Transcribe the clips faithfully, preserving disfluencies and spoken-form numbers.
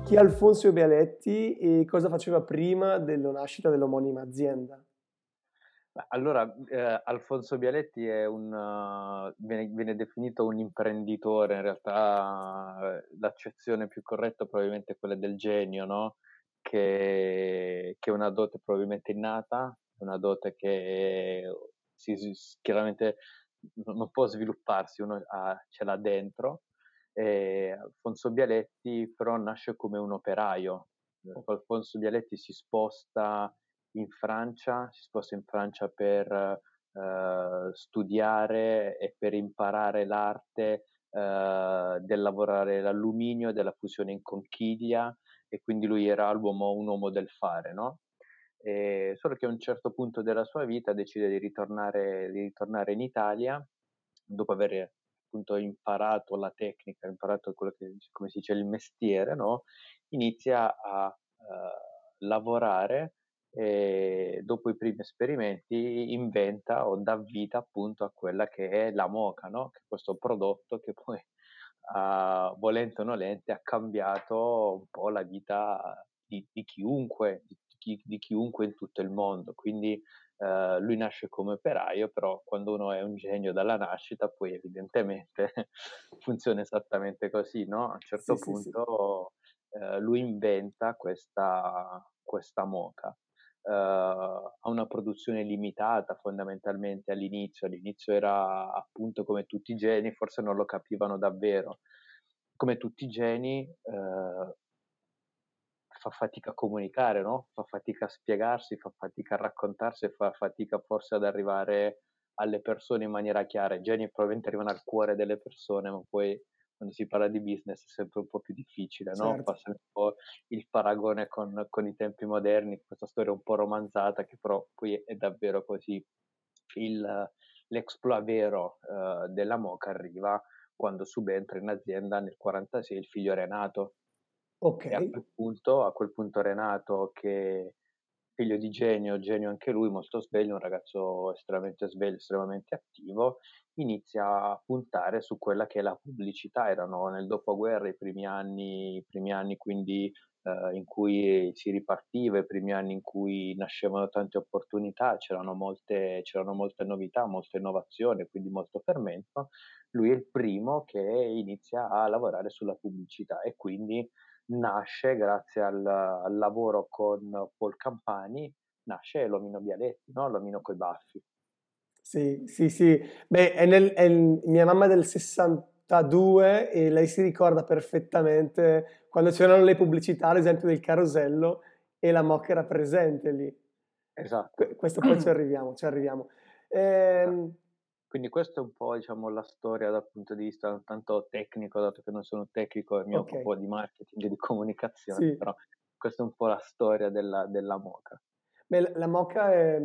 chi è Alfonso Bialetti e cosa faceva prima della nascita dell'omonima azienda? Ma allora, ehm, Alfonso Bialetti è un uh, viene viene definito un imprenditore, in realtà, ehm, l'accezione più corretta probabilmente è quella del genio, no, che che è una dote probabilmente innata, una dote che si si s chiaramente no non può svilupparsi, uno ha ce l'ha dentro. Ehm, Alfonso Bialetti però nasce come un operaio. Ehm, Alfonso Bialetti si sposta in Francia, si sposta in Francia per, ehm, studiare e per imparare l'arte, ehm, del lavorare l'alluminio, della fusione in conchiglia, e quindi lui era l'uomo un uomo del fare, no, ehm, solo che a un certo punto della sua vita decide di ritornare di ritornare in Italia, dopo aver appunto imparato la tecnica, imparato quello che come si dice il mestiere, no, inizia a, ehm, lavorare e dopo i primi esperimenti inventa o dà vita appunto a quella che è la moka, no, che è questo prodotto che poi ha volente o nolente, ha cambiato un po' la vita di di chiunque, di chi di chiunque in tutto il mondo. Quindi, ehm, lui nasce come operaio, però quando uno è un genio dalla nascita poi evidentemente funziona esattamente così, no, a un Sì, certo sì, sì. punto, ehm, lui inventa questa questa moka. Uhm, ha una produzione limitata fondamentalmente all'inizio. All'inizio era appunto come tutti i geni, forse non lo capivano davvero. Come tutti i geni, uhm, fa fatica a comunicare, no, fa fatica a spiegarsi, fa fatica a raccontarsi e fa fatica forse ad arrivare alle persone in maniera chiara. I geni probabilmente arrivano al cuore delle persone, ma poi quando si parla di business è sempre un po' più difficile, no, Certo. passa un po' il paragone con con i tempi moderni, questa storia un po' romanzata che però poi è davvero così. Il L'exploit vero, uhm, della moka arriva quando subentra in azienda nel 'quarantasei il figlio Renato. Ok. E a quel punto a quel punto Renato, che figlio di genio, genio anche lui, molto sveglio, un ragazzo estremamente sveglio, estremamente attivo, inizia a puntare su quella che è la pubblicità. Erano nel dopoguerra i primi anni i primi anni quindi, ehm, in cui si ripartiva, i primi anni in cui nascevano tante opportunità, c'erano molte c'erano molte novità, molte innovazioni, quindi molto fermento. Lui è il primo che inizia a lavorare sulla pubblicità e quindi nasce grazie al al lavoro con Paul Campani, nasce l'omino Bialetti, no, l'omino coi baffi. Sì, sì, sì. Beh, è nel, è il- mia mamma è del sessantadue e lei si ricorda perfettamente quando c'erano le pubblicità, ad esempio del carosello, e la Moca era presente lì. Que- Esatto. questo poi ci arriviamo, ci arriviamo. Esa Ehm, Quindi questo è un po', diciamo, la storia dal punto di vista non tanto tecnico, dato che non sono un tecnico e mi ok, occupo di marketing e di comunicazione, sì. però questa è un po' la storia della della moka. Beh, la la moka è,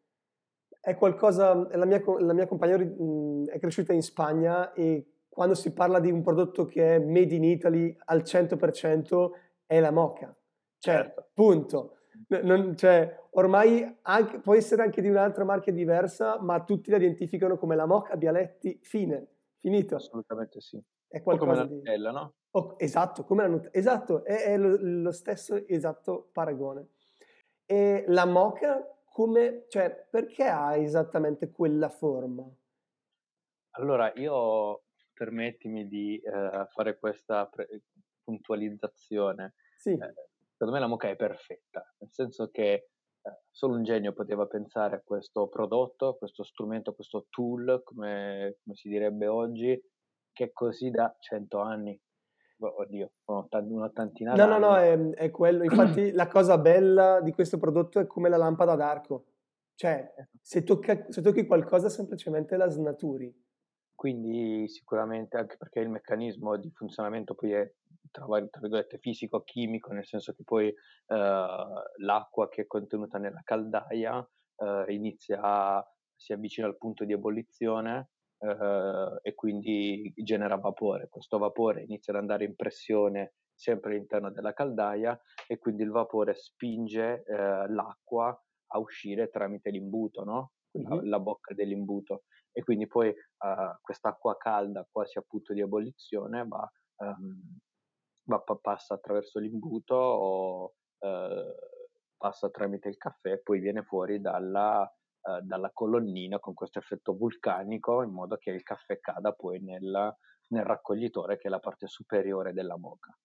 è qualcosa, la mia, co- la mia compagna mh, è cresciuta in Spagna e quando si parla di un prodotto che è made in Italy al cento per cento è la moka. Cioè, Certo. punto. N- non- cioè, ormai anche- può essere anche di un'altra marca diversa, ma tutti la identificano come la moka Bialetti, fine, finito. Assolutamente sì. È Un po' come qualcosa la di... Nutella, no? Oh, esatto, come la Nut- esatto, è, è lo, lo stesso esatto paragone. E la moka come, cioè, perché ha esattamente quella forma? Allora, io permettimi di, ehm, fare questa pre puntualizzazione. Sì, Ehm, Secondo me la moka è perfetta, nel senso che, ehm, solo un genio poteva pensare a questo prodotto, a questo strumento, a questo tool, come come si direbbe oggi, che è così da cento anni. O oddio, un'otta un'ottantina no, no, no, d'anni. è, è quello. Infatti la cosa bella di questo prodotto è come la lampada d'arco. Cioè, se, tocca- se tocchi qualcosa semplicemente la snaturi. Quindi sicuramente anche perché il meccanismo di funzionamento poi è tra vari tra virgolette "fisico-chimico", nel senso che poi, ehm, l'acqua che è contenuta nella caldaia, ehm, inizia a si avvicina al punto di ebollizione, ehm, e quindi genera vapore. Questo vapore inizia ad andare in pressione sempre all'interno della caldaia e quindi il vapore spinge, ehm, l'acqua a uscire tramite l'imbuto, no, la Mhm. la bocca dell'imbuto. E quindi poi, uhm, quest'acqua calda, quasi a punto di ebollizione, va, uhm, ma pa passa attraverso l'imbuto o, ehm, passa tramite il caffè e poi viene fuori dalla ehm, dalla colonnina con questo effetto vulcanico, in modo che il caffè cada poi nel nel raccoglitore che è la parte superiore della moka.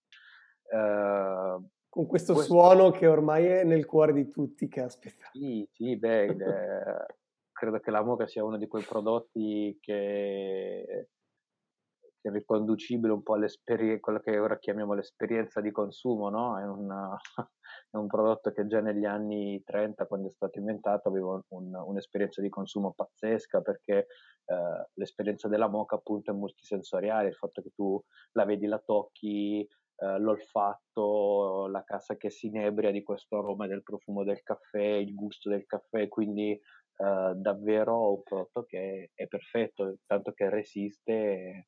Ehm, Con questo questo suono che ormai è nel cuore di tutti, caspita. Sì, sì, beh, ehm, credo che la moka sia uno di quei prodotti che che è riconducibile un po' all'esperie quella che ora chiamiamo l'esperienza di consumo, no, è un è un prodotto che già negli anni 'trenta, quando è stato inventato, aveva un un'esperienza di consumo pazzesca perché, ehm, l'esperienza della moka appunto è multisensoriale, il fatto che tu la vedi, la tocchi, ehm, l'olfatto, la cassa che si inebria di questo aroma, del profumo del caffè, il gusto del caffè, quindi, ehm, davvero un prodotto che è perfetto, tanto che resiste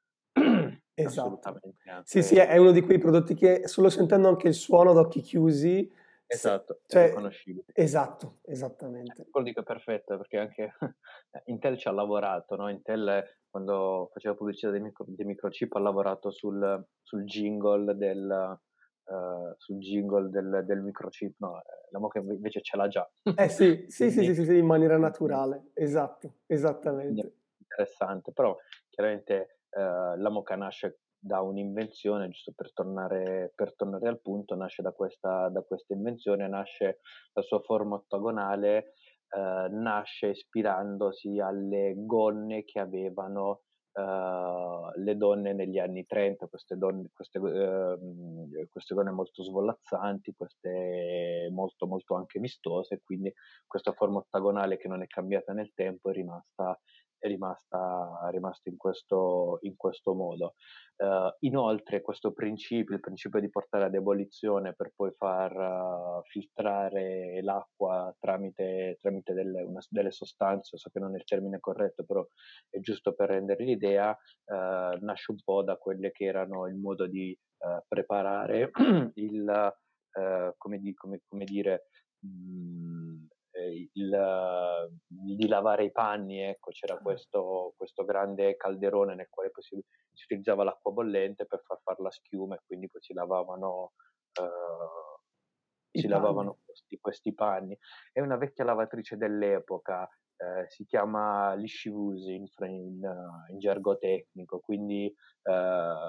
Esatto. assolutamente Sì, sì, è anche uno di quei prodotti che solo sentendo anche il suono ad occhi chiusi, s esatto, è cioè riconoscibile. esatto, esattamente. Quello dico è perfetto, perché anche Intel ci ha lavorato, no, Intel quando faceva pubblicità dei micro dei microchip ha lavorato sul sul jingle del ehm, sul jingle del del microchip, no, ehm, la Moka inv invece ce l'ha già. Eh sì, sì, sì, Quindi sì, sì, sì, in maniera quindi naturale. Esatto, quindi è esattamente. interessante, però chiaramente, ehm, la moka nasce da un'invenzione, giusto per tornare per tornare al punto, nasce da questa da questa invenzione, nasce la sua forma ottagonale, ehm, nasce ispirandosi alle gonne che avevano, ehm, le donne negli anni 'trenta, queste donne queste go ehm, queste gonne molto svolazzanti, queste molto, molto anche vistose, quindi questa forma ottagonale che non è cambiata nel tempo è rimasta è rimasta è rimasta in questo in questo modo. Ehm, inoltre questo principio, il principio di portare ad ebollizione per poi far eh, filtrare l'acqua tramite tramite delle una s delle sostanze, so che non è il termine corretto, però è giusto per rendere l'idea, ehm, nasce un po' da quelle che erano il modo di, ehm, preparare il ehm, come di come come dire, mhmm, ehm, il di lavare i panni, ecco, c'era questo questo grande calderone nel quale poi si si utilizzava l'acqua bollente per far far la schiuma e quindi poi si lavavano ehm, I si panni. lavavano questi questi panni. È una vecchia lavatrice dell'epoca, ehm, si chiama Liscivusi in fre in in gergo tecnico, quindi, ehm,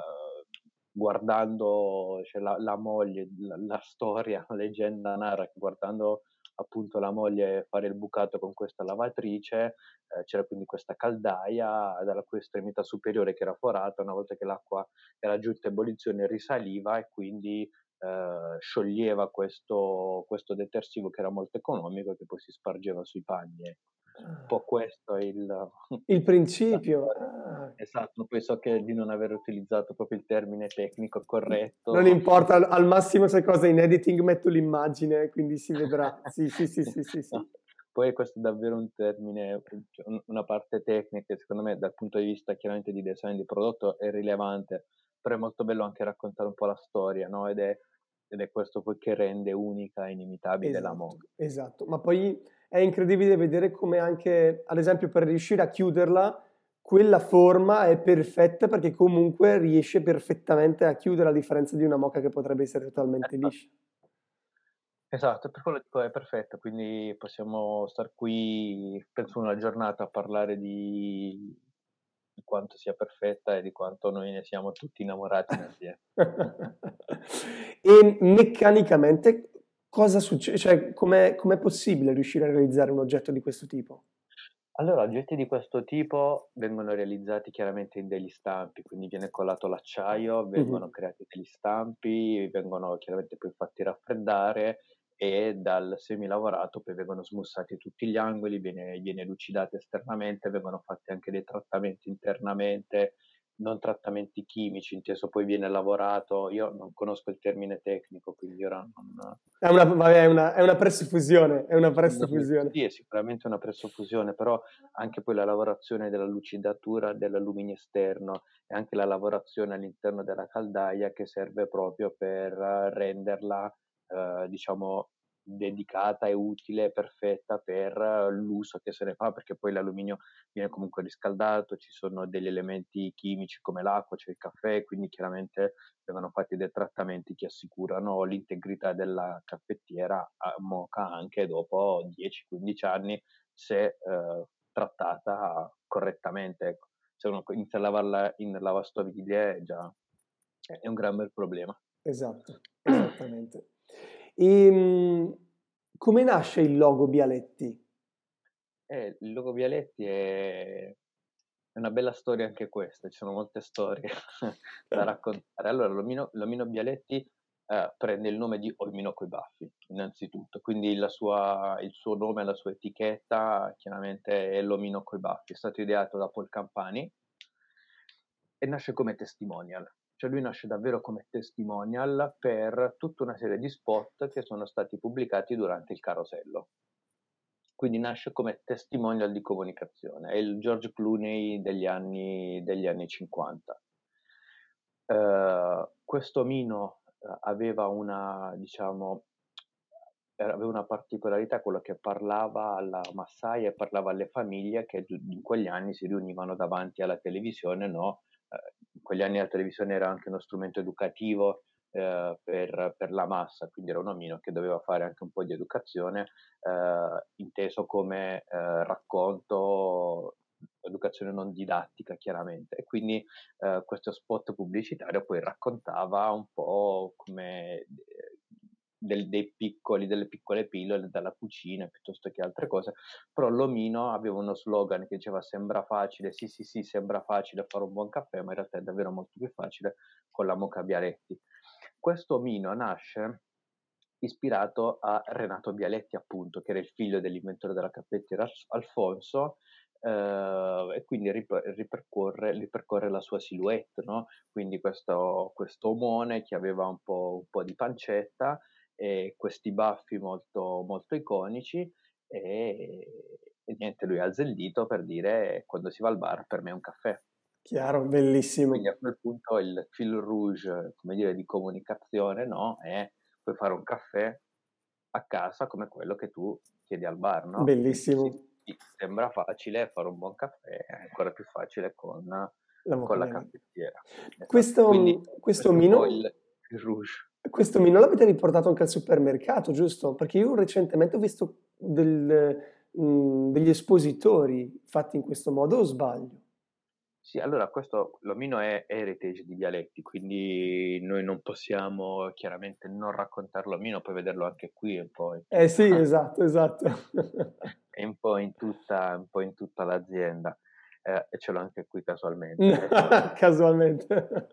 guardando cioè la la moglie, la la storia, la leggenda narra che guardando appunto la moglie fare il bucato con questa lavatrice, ehm, c'era quindi questa caldaia dalla cui estremità superiore che era forata, una volta che l'acqua era giunta a ebollizione risaliva e quindi, ehm, scioglieva questo questo detersivo che era molto economico e che poi si spargeva sui panni, ecco. Un po' questo è il Il la principio. storia. Ah. Esatto, poi so che di non aver utilizzato proprio il termine tecnico Non corretto. importa, al al massimo sai cosa, in editing metto l'immagine, quindi si vedrà. Sì, sì, sì, sì, sì, sì. No, poi questo è davvero un termine, un cioè un una parte tecnica e secondo me dal punto di vista chiaramente di design di prodotto è rilevante, però è molto bello anche raccontare un po' la storia, no, ed è ed è questo poi che rende unica e inimitabile la Esatto, moka. esatto. Ma poi è incredibile vedere come anche, ad esempio, per riuscire a chiuderla, quella forma è perfetta perché comunque riesce perfettamente a chiudere, a differenza di una moka che potrebbe essere totalmente Esa liscia. esatto, per quello dico è perfetta, quindi possiamo star qui penso una giornata a parlare di di quanto sia perfetta e di quanto noi ne siamo tutti innamorati insieme. E meccanicamente cosa succede? Cioè, com'è, com'è possibile riuscire a realizzare un oggetto di questo tipo? Allora, oggetti di questo tipo vengono realizzati chiaramente in degli stampi, quindi viene collato l'acciaio, Mhm. vengono creati degli stampi, vengono chiaramente poi fatti raffreddare e dal semilavorato poi vengono smussati tutti gli angoli, viene viene lucidato esternamente, vengono fatti anche dei trattamenti internamente, non trattamenti chimici, inteso poi viene lavorato io non conosco il termine tecnico, quindi ora non È una, vabbè, è una, è una press-fusione, è una sì, press-fusione. è sicuramente una pressofusione, però anche poi la lavorazione della lucidatura dell'alluminio esterno e anche la lavorazione all'interno della caldaia che serve proprio per renderla, ehm, diciamo dedicata e utile, perfetta per l'uso che se ne fa, perché poi l'alluminio viene comunque riscaldato, ci sono degli elementi chimici come l'acqua, c'è il caffè, quindi chiaramente vengono fatti dei trattamenti che assicurano l'integrità della caffettiera a moka anche dopo dieci quindici anni se, ehm, trattata correttamente, ecco. Se uno co inizia a lavarla in lavastoviglie già è un gran bel problema. Esatto, esattamente. Ehm, come nasce il logo Bialetti? Eh, il logo Bialetti è è una bella storia anche questa, ci sono molte storie da raccontare. Allora l'omino l'omino Bialetti, ehm, prende il nome di Omino coi baffi, innanzitutto, quindi la sua il suo nome, la sua etichetta chiaramente è l'omino coi baffi. È stato ideato da Paul Campani e nasce come testimonial. Cioè lui nasce davvero come testimonial per tutta una serie di spot che sono stati pubblicati durante il carosello. Quindi nasce come testimonial di comunicazione, è il George Clooney degli anni degli anni 'cinquanta. Ehm, questo omino, ehm, aveva una diciamo era aveva una particolarità, quello che parlava alla massaia e parlava alle famiglie che d in quegli anni si riunivano davanti alla televisione, no, ehm, in quegli anni la televisione era anche uno strumento educativo, ehm, per per la massa, quindi era un omino che doveva fare anche un po' di educazione, ehm, inteso come, ehm, racconto, educazione non didattica chiaramente. E quindi, ehm, questo spot pubblicitario poi raccontava un po' come, ehm, del dei piccoli delle piccole pillole dalla cucina piuttosto che altre cose, però l'omino aveva uno slogan che diceva: "Sembra facile, sì, sì, sì, sembra facile fare un buon caffè, ma in realtà è davvero molto più facile con la moka Bialetti". Questo omino nasce ispirato a Renato Bialetti appunto, che era il figlio dell'inventore della caffettiera Als Alfonso, ehm, e quindi rip ripercorre ripercorre la sua silhouette, no, quindi questo questo omone che aveva un po' un po' di pancetta e questi baffi molto molto iconici, e e niente, lui alza il dito per dire: "Quando si va al bar per me è un caffè". Chiaro, Quindi bellissimo. a quel punto il fil rouge, come dire, di comunicazione, no, è: puoi fare un caffè a casa come quello che tu chiedi al bar, no, quindi sì, Bellissimo. sì, sembra facile fare un buon caffè, è ancora più facile con La con moka la Bialetti. caffettiera. Esatto. Questo Quindi mhmm, questo questo è un po' omino il fil rouge. questo omino l'avete riportato anche al supermercato, giusto? Perché io recentemente ho visto del mhmm, degli espositori fatti in questo modo, o sbaglio? Sì, allora questo l'omino è heritage di Bialetti, quindi noi non possiamo chiaramente non raccontar l'omino, puoi vederlo anche qui un po' in Eh sì, tutta esatto, esatto. è un po' in tutta un po' in tutta l'azienda, ehm, e ce l'ho anche qui casualmente, ecco. Casualmente.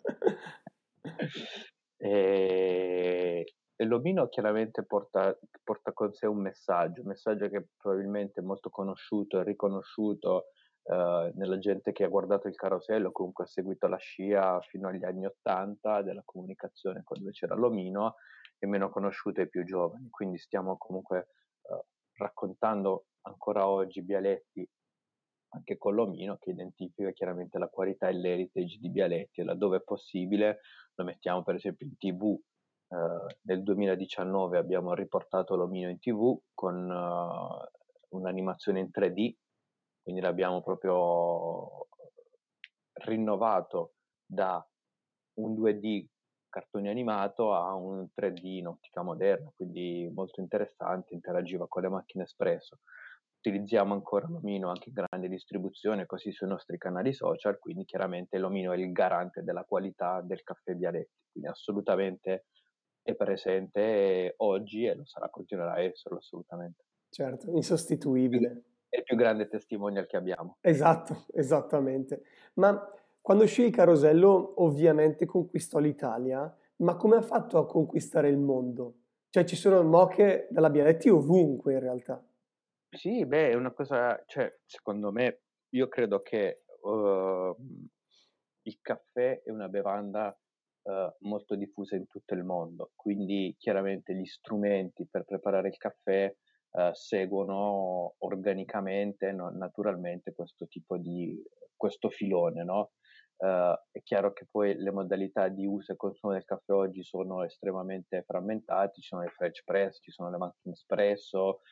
Ehm, e l'omino chiaramente porta porta con sé un messaggio, un messaggio che probabilmente è molto conosciuto e riconosciuto, uhm, nella gente che ha guardato il carosello o comunque ha seguito la scia fino agli anni 'ottanta della comunicazione quando c'era l'omino, e meno conosciuto ai più giovani. Quindi stiamo comunque, uhm, raccontando ancora oggi Bialetti anche con l'omino, che identifica chiaramente la qualità e l'heritage di Bialetti, e laddove è possibile lo mettiamo per esempio in T V. Ehm, nel duemiladiciannove abbiamo riportato l'omino in T V con uh, un'animazione in tre D, quindi l'abbiamo proprio rinnovato da un due D cartone animato a un tre D in ottica moderna, quindi molto interessante, interagiva con le macchine espresso. Utilizziamo ancora l'omino anche in grande distribuzione, così sui nostri canali social, quindi chiaramente l'omino è il garante della qualità del caffè Bialetti, quindi assolutamente è presente oggi e lo sarà, continuerà a esserlo assolutamente. Certo, Più insostituibile. è il più grande testimonial che abbiamo. Esatto, esattamente. Ma quando uscì il Carosello ovviamente conquistò l'Italia, ma come ha fatto a conquistare il mondo? Cioè ci sono moche della Bialetti ovunque in realtà. Sì, beh, è una cosa, cioè, secondo me, io credo che, uhm, il caffè è una bevanda, uhm, molto diffusa in tutto il mondo, quindi chiaramente gli strumenti per preparare il caffè, uhm, seguono organicamente, no naturalmente questo tipo di questo filone, no, Uh, è chiaro che poi le modalità di uso e consumo del caffè oggi sono estremamente frammentati, ci sono le French press, ci sono le macchine espresso,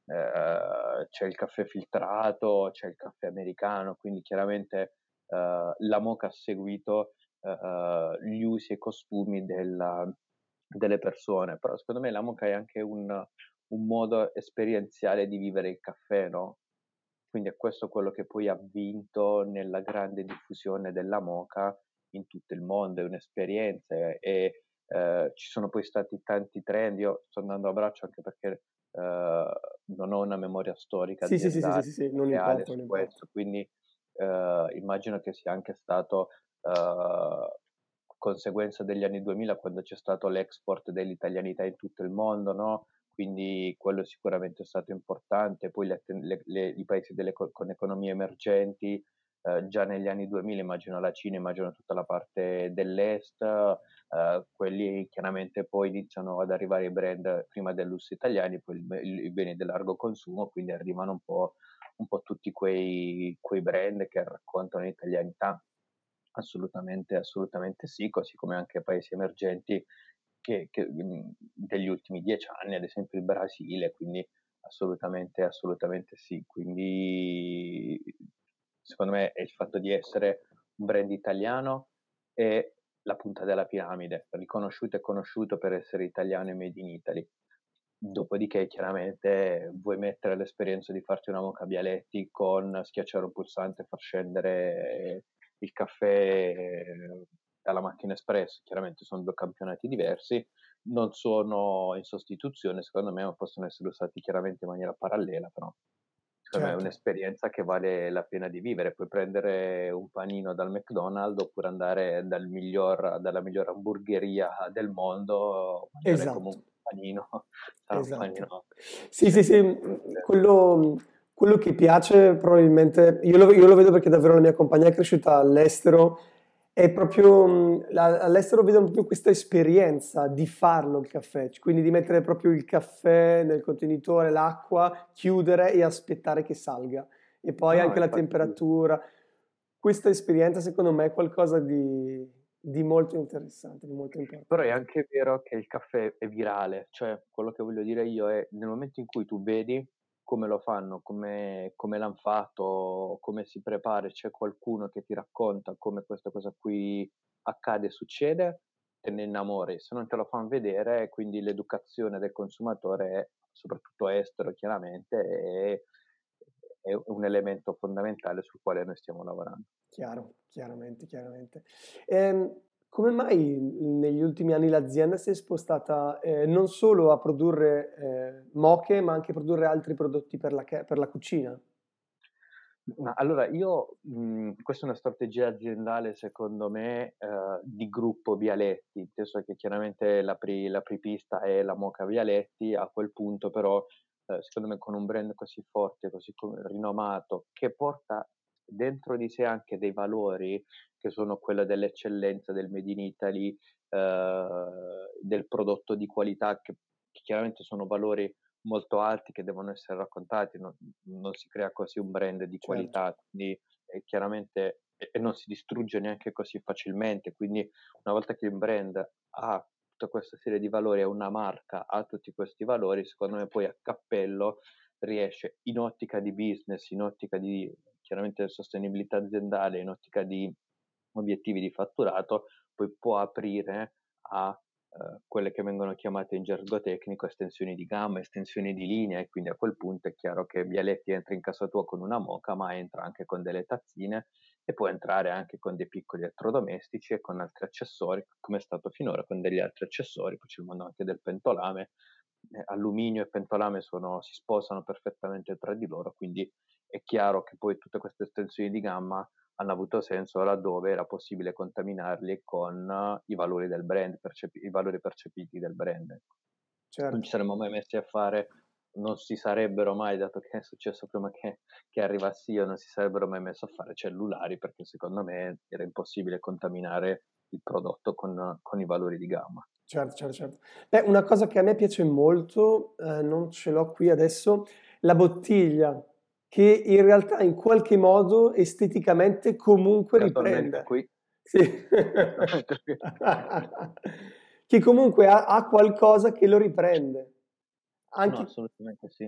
uh, c'è il caffè filtrato, c'è il caffè americano, quindi chiaramente uh, la moka ha seguito uh, gli usi e costumi della, delle persone, però secondo me la moka è anche un, un modo esperienziale di vivere il caffè, no? Quindi è questo quello che poi ha vinto nella grande diffusione della moka in tutto il mondo, è un'esperienza e eh, ci sono poi stati tanti trend, io sto andando a braccio anche perché eh, non ho una memoria storica Sì, sì, sì, sì, sì, aziendale sì, sì, non reale importa, su non importa. questo, quindi eh, immagino che sia anche stato eh, conseguenza degli anni duemila quando c'è stato l'export dell'italianità in tutto il mondo, no? Quindi quello sicuramente è stato importante. Poi le, le, le, i paesi delle, con economie emergenti, eh, già negli anni duemila, immagino la Cina, immagino tutta la parte dell'est, eh, quelli chiaramente poi iniziano ad arrivare i brand prima del lusso italiani, poi i beni del largo consumo, quindi arrivano un po', un po' tutti quei, quei brand che raccontano l'italianità. Assolutamente, assolutamente sì, così come anche paesi emergenti che, che, degli ultimi dieci anni, ad esempio il Brasile, quindi assolutamente, assolutamente sì. Quindi secondo me è il fatto di essere un brand italiano è la punta della piramide, riconosciuto e conosciuto per essere italiano e made in Italy. Dopodiché, chiaramente, vuoi mettere l'esperienza di farti una moka Bialetti con schiacciare un pulsante e far scendere il caffè alla macchina espresso, chiaramente sono due campionati diversi, non sono in sostituzione, secondo me, ma possono essere usati chiaramente in maniera parallela, però secondo me è Certo. un'esperienza che vale la pena di vivere. Puoi prendere un panino dal McDonald's oppure andare dal miglior, dalla miglior hamburgeria del mondo, mangiare Esatto. comunque un panino, sarà un Esatto. panino Sì, sì, sì, mh, quello, quello che piace probabilmente, io lo, io lo vedo perché davvero la mia compagna è cresciuta all'estero, è proprio, mh, la- all'estero vedo proprio questa esperienza di farlo il caffè, quindi di mettere proprio il caffè nel contenitore, l'acqua, chiudere e aspettare che salga. E poi No, no, anche la infatti. temperatura. Questa esperienza secondo me è qualcosa di, di molto interessante, di molto Però è importante. anche vero che il caffè è virale, cioè quello che voglio dire io è nel momento in cui tu vedi come lo fanno, come, come l'hanno fatto, come si prepara, c'è qualcuno che ti racconta come questa cosa qui accade e succede, te ne innamori. Se non te lo fanno vedere, quindi l'educazione del consumatore, è, soprattutto estero chiaramente, è, è un elemento fondamentale sul quale noi stiamo lavorando. Chiaro, chiaramente, chiaramente. Ehm, come mai negli ultimi anni l'azienda si è spostata eh, non solo a produrre eh, moche, ma anche a produrre altri prodotti per la, ca- per la cucina? Ma allora io, mh, questa è una strategia aziendale secondo me eh, di gruppo Bialetti, inteso che chiaramente l'apri- l'apripista è la Moka Bialetti, a quel punto però eh, secondo me con un brand così forte, così com- rinomato, che porta dentro di sé anche dei valori che sono quello dell'eccellenza, del Made in Italy, eh, del prodotto di qualità, che, che chiaramente sono valori molto alti che devono essere raccontati, non, non si crea così un brand di Certo, qualità, quindi eh, chiaramente e, e non si distrugge neanche così facilmente, quindi una volta che il brand ha tutta questa serie di valori, è una marca, ha tutti questi valori, secondo me poi a cappello riesce in ottica di business, in ottica di chiaramente sostenibilità aziendale, in ottica di obiettivi di fatturato, poi può aprire a eh, quelle che vengono chiamate in gergo tecnico estensioni di gamma, estensioni di linea e quindi a quel punto è chiaro che Bialetti entra in casa tua con una moka, ma entra anche con delle tazzine e può entrare anche con dei piccoli elettrodomestici e con altri accessori, come è stato finora con degli altri accessori, poi c'è il mondo anche del pentolame, eh, alluminio e pentolame sono, si sposano perfettamente tra di loro, quindi è chiaro che poi tutte queste estensioni di gamma hanno avuto senso laddove era possibile contaminarli con uh, i valori del brand, percepi- i valori percepiti del brand. Ecco. Non certo. ci saremmo mai messi a fare, non si sarebbero mai, dato che è successo prima che, che arrivassi io, non si sarebbero mai messi a fare cellulari perché secondo me era impossibile contaminare il prodotto con, con i valori di gamma. Certo, certo, certo. Beh, una cosa che a me piace molto, eh, non ce l'ho qui adesso, la bottiglia, che in realtà in qualche modo esteticamente comunque Casualmente riprende. qui. Sì. Che comunque ha, ha qualcosa che lo riprende. No, Anche assolutamente sì.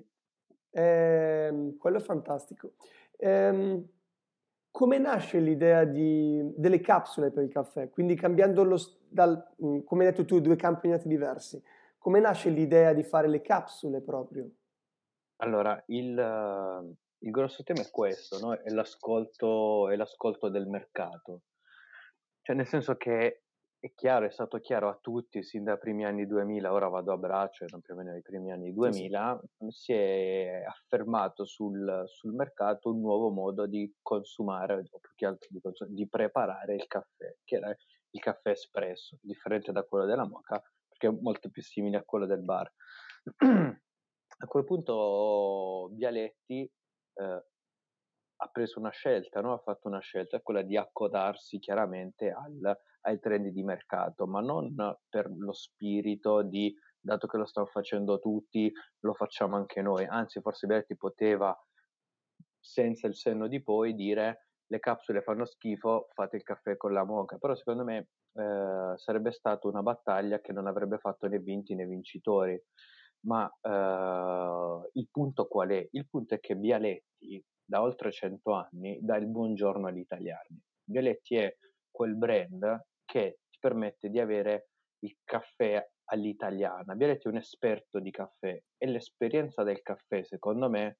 ehm, quello è fantastico. Ehm, come nasce l'idea di- delle capsule per il caffè? Quindi cambiando lo, s- dal, mm, come hai detto tu, due campioni diversi. Come nasce l'idea di fare le capsule proprio? Allora, il, eh, il grosso tema è questo, no? È l'ascolto, è l'ascolto del mercato. Cioè, nel senso che è chiaro, è stato chiaro a tutti sin dai primi anni duemila, ora vado a braccio, erano più o meno i primi anni Sì, sì. duemila, si è affermato sul, sul mercato un nuovo modo di consumare, o più che altro di, consum- di preparare il caffè, che era il caffè espresso, differente da quello della moka, perché è molto più simile a quello del bar. A quel punto Bialetti eh, ha preso una scelta, no? Ha fatto una scelta, quella di accodarsi chiaramente al, ai trend di mercato, ma non per lo spirito di, dato che lo stanno facendo tutti, lo facciamo anche noi. Anzi, forse Bialetti poteva, senza il senno di poi, dire le capsule fanno schifo, fate il caffè con la moka, però secondo me eh, sarebbe stata una battaglia che non avrebbe fatto né vinti né vincitori. Ma eh, il punto qual è? Il punto è che Bialetti, da oltre cento anni, dà il buongiorno agli italiani. Bialetti è quel brand che ti permette di avere il caffè all'italiana. Bialetti è un esperto di caffè e l'esperienza del caffè, secondo me,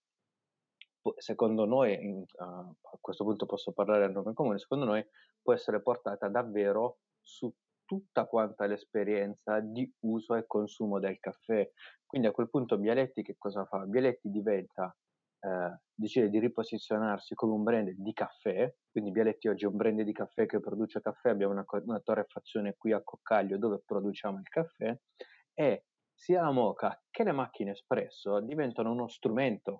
secondo noi, in, uh, a questo punto posso parlare a nome comune, secondo noi può essere portata davvero su tutta quanta l'esperienza di uso e consumo del caffè. Quindi a quel punto Bialetti che cosa fa? Bialetti diventa, eh, decide di riposizionarsi come un brand di caffè, quindi Bialetti oggi è un brand di caffè che produce caffè, abbiamo una, una torrefazione qui a Coccaglio dove produciamo il caffè e sia la moka che le macchine espresso diventano uno strumento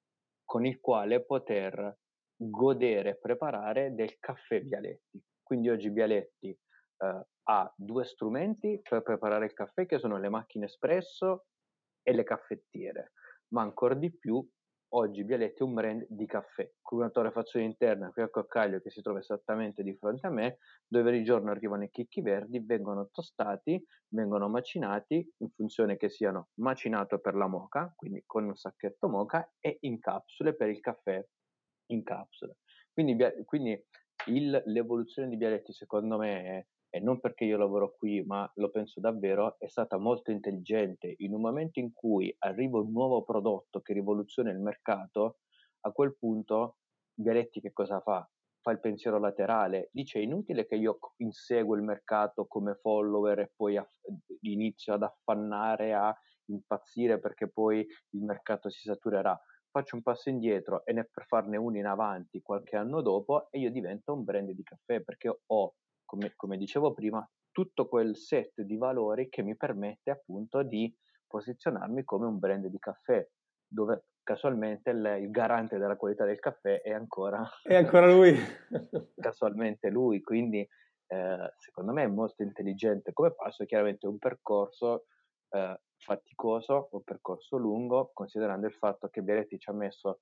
con il quale poter godere e preparare del caffè Bialetti. Quindi oggi Bialetti eh, ha due strumenti per preparare il caffè che sono le macchine espresso e le caffettiere, ma ancora di più oggi Bialetti è un brand di caffè con una torrefazione interna qui a Coccaglio che si trova esattamente di fronte a me, dove di giorno arrivano i chicchi verdi, vengono tostati, vengono macinati in funzione che siano macinato per la moka, quindi con un sacchetto moka, e in capsule per il caffè in capsule. Quindi, quindi il, l'evoluzione di Bialetti secondo me è, e non perché io lavoro qui, ma lo penso davvero, è stata molto intelligente. In un momento in cui arriva un nuovo prodotto che rivoluziona il mercato, a quel punto Bialetti che cosa fa? Fa il pensiero laterale, dice è inutile che io inseguo il mercato come follower e poi aff- inizio ad affannare, a impazzire perché poi il mercato si saturerà. Faccio un passo indietro e ne per farne uno in avanti qualche anno dopo e io divento un brand di caffè perché ho, come, come dicevo prima, tutto quel set di valori che mi permette appunto di posizionarmi come un brand di caffè, dove casualmente il, il garante della qualità del caffè è ancora È ancora lui. casualmente lui, quindi eh, secondo me è molto intelligente come passo, chiaramente un percorso eh, faticoso, un percorso lungo, considerando il fatto che Beretti ci ha messo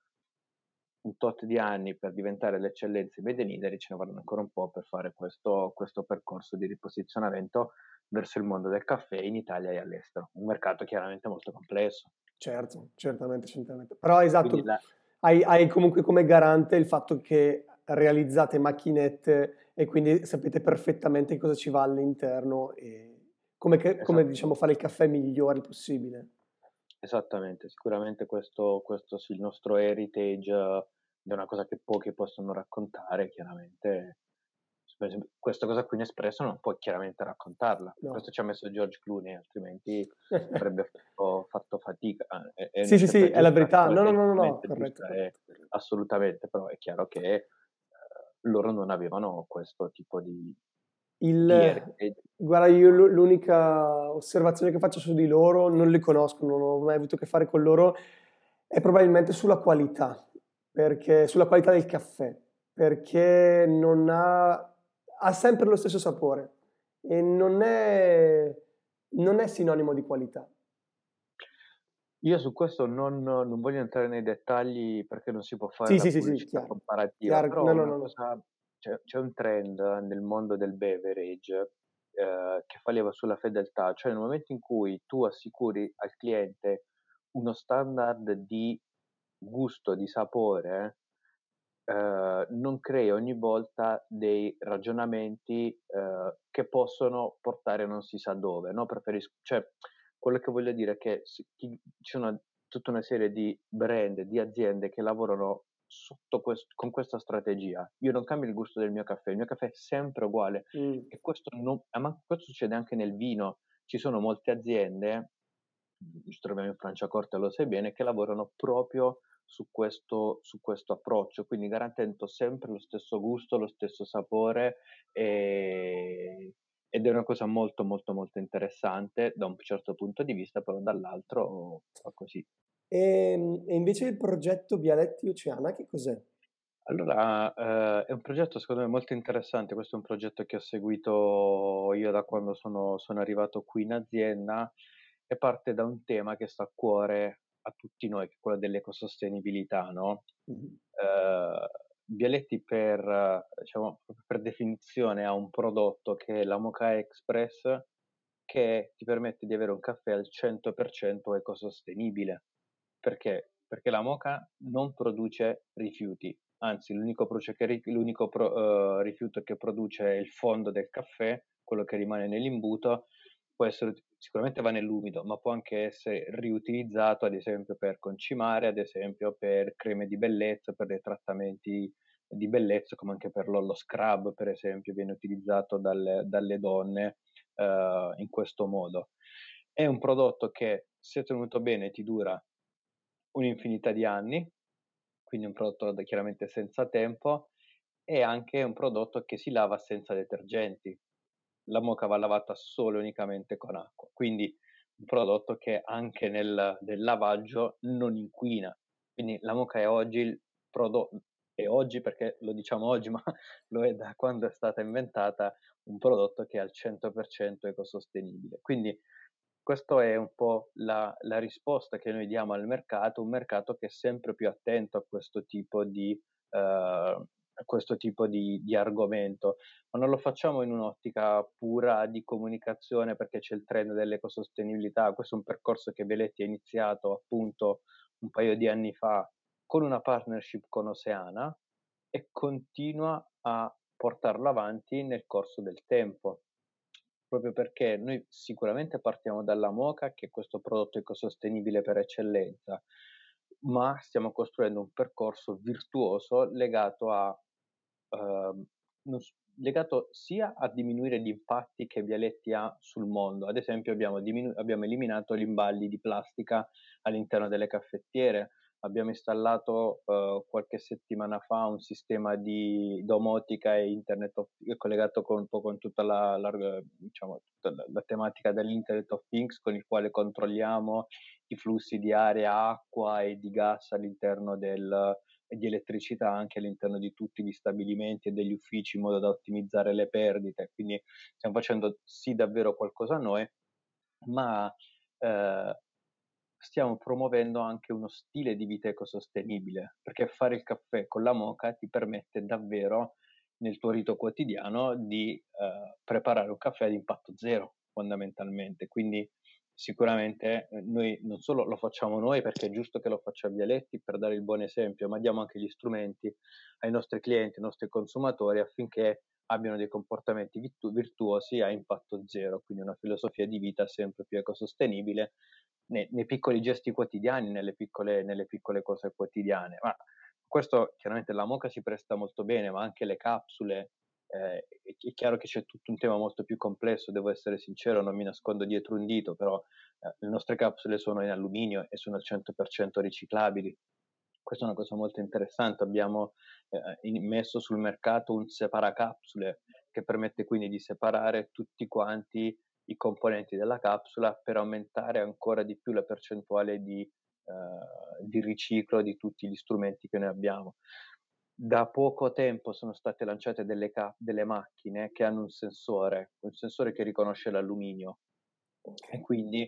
un tot di anni per diventare l'eccellenza in media leader, ce ne vorranno ancora un po' per fare questo, questo percorso di riposizionamento verso il mondo del caffè in Italia e all'estero. Un mercato chiaramente molto complesso. Certo, certamente, certamente. Però Quindi esatto, la, hai, hai comunque come garante il fatto che realizzate macchinette e quindi sapete perfettamente cosa ci va all'interno e come, che- come, diciamo esattamente. fare il caffè migliore possibile. Esattamente, sicuramente questo, questo sì, il nostro heritage eh, è una cosa che pochi possono raccontare, chiaramente. Per esempio, questa cosa qui in Espresso non puoi chiaramente raccontarla. No. Questo ci ha messo George Clooney, altrimenti avrebbe fatto, fatto fatica. Eh, È, è una Sì, sì, sì, scelta è la giusta, verità. quella No, che no, è no, no, no, eticamente corretto, giusta, è corretto, corretto. assolutamente, però è chiaro che eh, loro non avevano questo tipo di, di Il, heritage. guarda, io l'u- l'unica osservazione che faccio su di loro, non li conosco, non ho mai avuto a che fare con loro, è probabilmente sulla qualità, perché, sulla qualità del caffè, perché non ha, ha sempre lo stesso sapore e non è, non è sinonimo di qualità. Io su questo non, non voglio entrare nei dettagli perché non si può fare Sì, la sì, sì, sì, pubblicità chiaro, comparativa, chiaro, no, però no, una no, no. cosa, c'è c'è un trend nel mondo del beverage, ehm, che fa leva sulla fedeltà, cioè nel momento in cui tu assicuri al cliente uno standard di gusto, di sapore, ehm, non crei ogni volta dei ragionamenti, ehm, che possono portare non si sa dove, no, preferis cioè quello che voglio dire è che s chi ci sono tutta una serie di brand, di aziende che lavorano sotto quest con questa strategia. Io non cambio il gusto del mio caffè, il mio caffè è sempre uguale Mh. e questo non ah, ma questo succede anche nel vino. Ci sono molte aziende, mhmm, ci troviamo in Franciacorta, lo sai bene, che lavorano proprio su questo su questo approccio, quindi garantendo sempre lo stesso gusto, lo stesso sapore, ehm, ed è una cosa molto, molto, molto interessante da un certo punto di vista, però dall'altro fa così. Ehm, e invece il progetto Vialetti Oceana che cos'è? Allora, ehm, è un progetto secondo me molto interessante. Questo è un progetto che ho seguito io da quando sono sono arrivato qui in azienda e parte da un tema che sta a cuore a tutti noi, che è quello dell'ecosostenibilità, no, Mh-mh. ehm, Bialetti per eh, diciamo, proprio per definizione ha un prodotto che è la Moka Express, che ti permette di avere un caffè al cento per cento ecosostenibile. Perché? Perché la moka non produce rifiuti, anzi l'unico proce che ri l'unico pro uhm, rifiuto che produce è il fondo del caffè, quello che rimane nell'imbuto, può essere ut sicuramente va nell'umido, ma può anche essere riutilizzato, ad esempio per concimare, ad esempio per creme di bellezza, per dei trattamenti di bellezza, come anche per lo lo scrub, per esempio, viene utilizzato dalle dalle donne, uhm, in questo modo. È un prodotto che, se tenuto bene, ti dura un'infinità di anni, quindi un prodotto da chiaramente senza tempo, e anche un prodotto che si lava senza detergenti. La moka va lavata solo e unicamente con acqua, quindi un prodotto che anche nel nel lavaggio non inquina. Quindi la moka è oggi il prodo è oggi perché lo diciamo oggi, ma lo è da quando è stata inventata, un prodotto che è al cento per cento ecosostenibile. Quindi questo è un po' la la risposta che noi diamo al mercato, un mercato che è sempre più attento a questo tipo di ehm, a questo tipo di di argomento, ma non lo facciamo in un'ottica pura di comunicazione perché c'è il trend dell'ecosostenibilità. Questo è un percorso che Veletti ha iniziato appunto un paio di anni fa con una partnership con Oceana e continua a portarlo avanti nel corso del tempo. Proprio perché noi sicuramente partiamo dalla moka, che è questo prodotto ecosostenibile per eccellenza, ma stiamo costruendo un percorso virtuoso legato a uhm, non s legato sia a diminuire gli impatti che Bialetti ha sul mondo. Ad esempio abbiamo diminu abbiamo eliminato gli imballi di plastica all'interno delle caffettiere, abbiamo installato, uhm, qualche settimana fa un sistema di domotica e Internet of collegato con un po' con tutta la l'arg diciamo tutta la la tematica dell'Internet of Things, con il quale controlliamo i flussi di aria, acqua e di gas all'interno del e di elettricità anche all'interno di tutti gli stabilimenti e degli uffici, in modo da ottimizzare le perdite. Quindi stiamo facendo sì davvero qualcosa noi, ma, ehm, stiamo promuovendo anche uno stile di vita ecosostenibile, perché fare il caffè con la moka ti permette davvero, nel tuo rito quotidiano, di, ehm, preparare un caffè ad impatto zero fondamentalmente. Quindi sicuramente, ehm, noi non solo lo facciamo noi perché è giusto che lo faccia Bialetti per dare il buon esempio, ma diamo anche gli strumenti ai nostri clienti, ai nostri consumatori affinché abbiano dei comportamenti vittu virtuosi a impatto zero, quindi una filosofia di vita sempre più ecosostenibile nei nei piccoli gesti quotidiani, nelle piccole nelle piccole cose quotidiane. Ma questo chiaramente la moka si presta molto bene, ma anche le capsule, ehm, è è chiaro che c'è tutto un tema molto più complesso, devo essere sincero, non mi nascondo dietro un dito, però, ehm, le nostre capsule sono in alluminio e sono al cento per cento riciclabili. Questa è una cosa molto interessante. Abbiamo, ehm, in messo sul mercato un separacapsule, che permette quindi di separare tutti quanti i componenti della capsula per aumentare ancora di più la percentuale di ehm, di riciclo di tutti gli strumenti che noi abbiamo. Da poco tempo sono state lanciate delle ca delle macchine che hanno un sensore, un sensore che riconosce l'alluminio e Okay. quindi,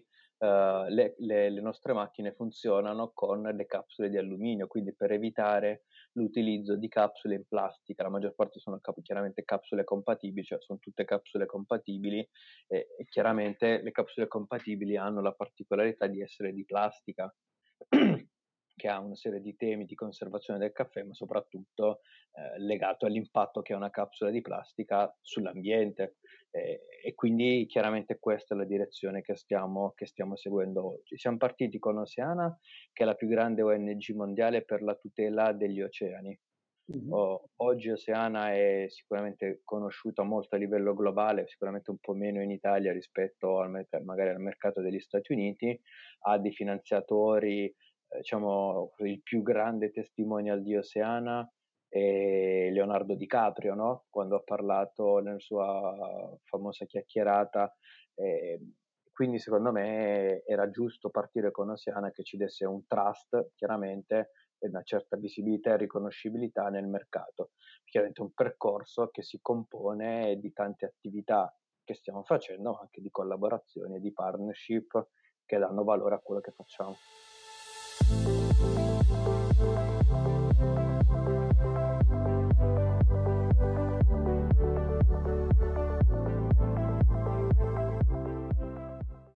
uh, le, le, le nostre macchine funzionano con le capsule di alluminio, quindi per evitare l'utilizzo di capsule in plastica. La maggior parte sono cap- chiaramente capsule compatibili, cioè sono tutte capsule compatibili e, e chiaramente le capsule compatibili hanno la particolarità di essere di plastica che ha una serie di temi di conservazione del caffè, ma soprattutto eh, legato all'impatto che ha una capsula di plastica sull'ambiente. Eh, e quindi chiaramente questa è la direzione che stiamo, che stiamo seguendo oggi. Siamo partiti con Oceana, che è la più grande O N G mondiale per la tutela degli oceani. Mhm. Oh, oggi Oceana è sicuramente conosciuta molto a livello globale, sicuramente un po' meno in Italia rispetto al, magari al mercato degli Stati Uniti, ha dei finanziatori, eh, diciamo, il più grande testimonial di Oceana è Leonardo DiCaprio, no? Quando ha parlato nella sua famosa chiacchierata. Eh, quindi secondo me era giusto partire con Oceana che ci desse un trust, chiaramente, e una certa visibilità e riconoscibilità nel mercato. Chiaramente un percorso che si compone di tante attività che stiamo facendo, ma anche di collaborazioni e di partnership che danno valore a quello che facciamo.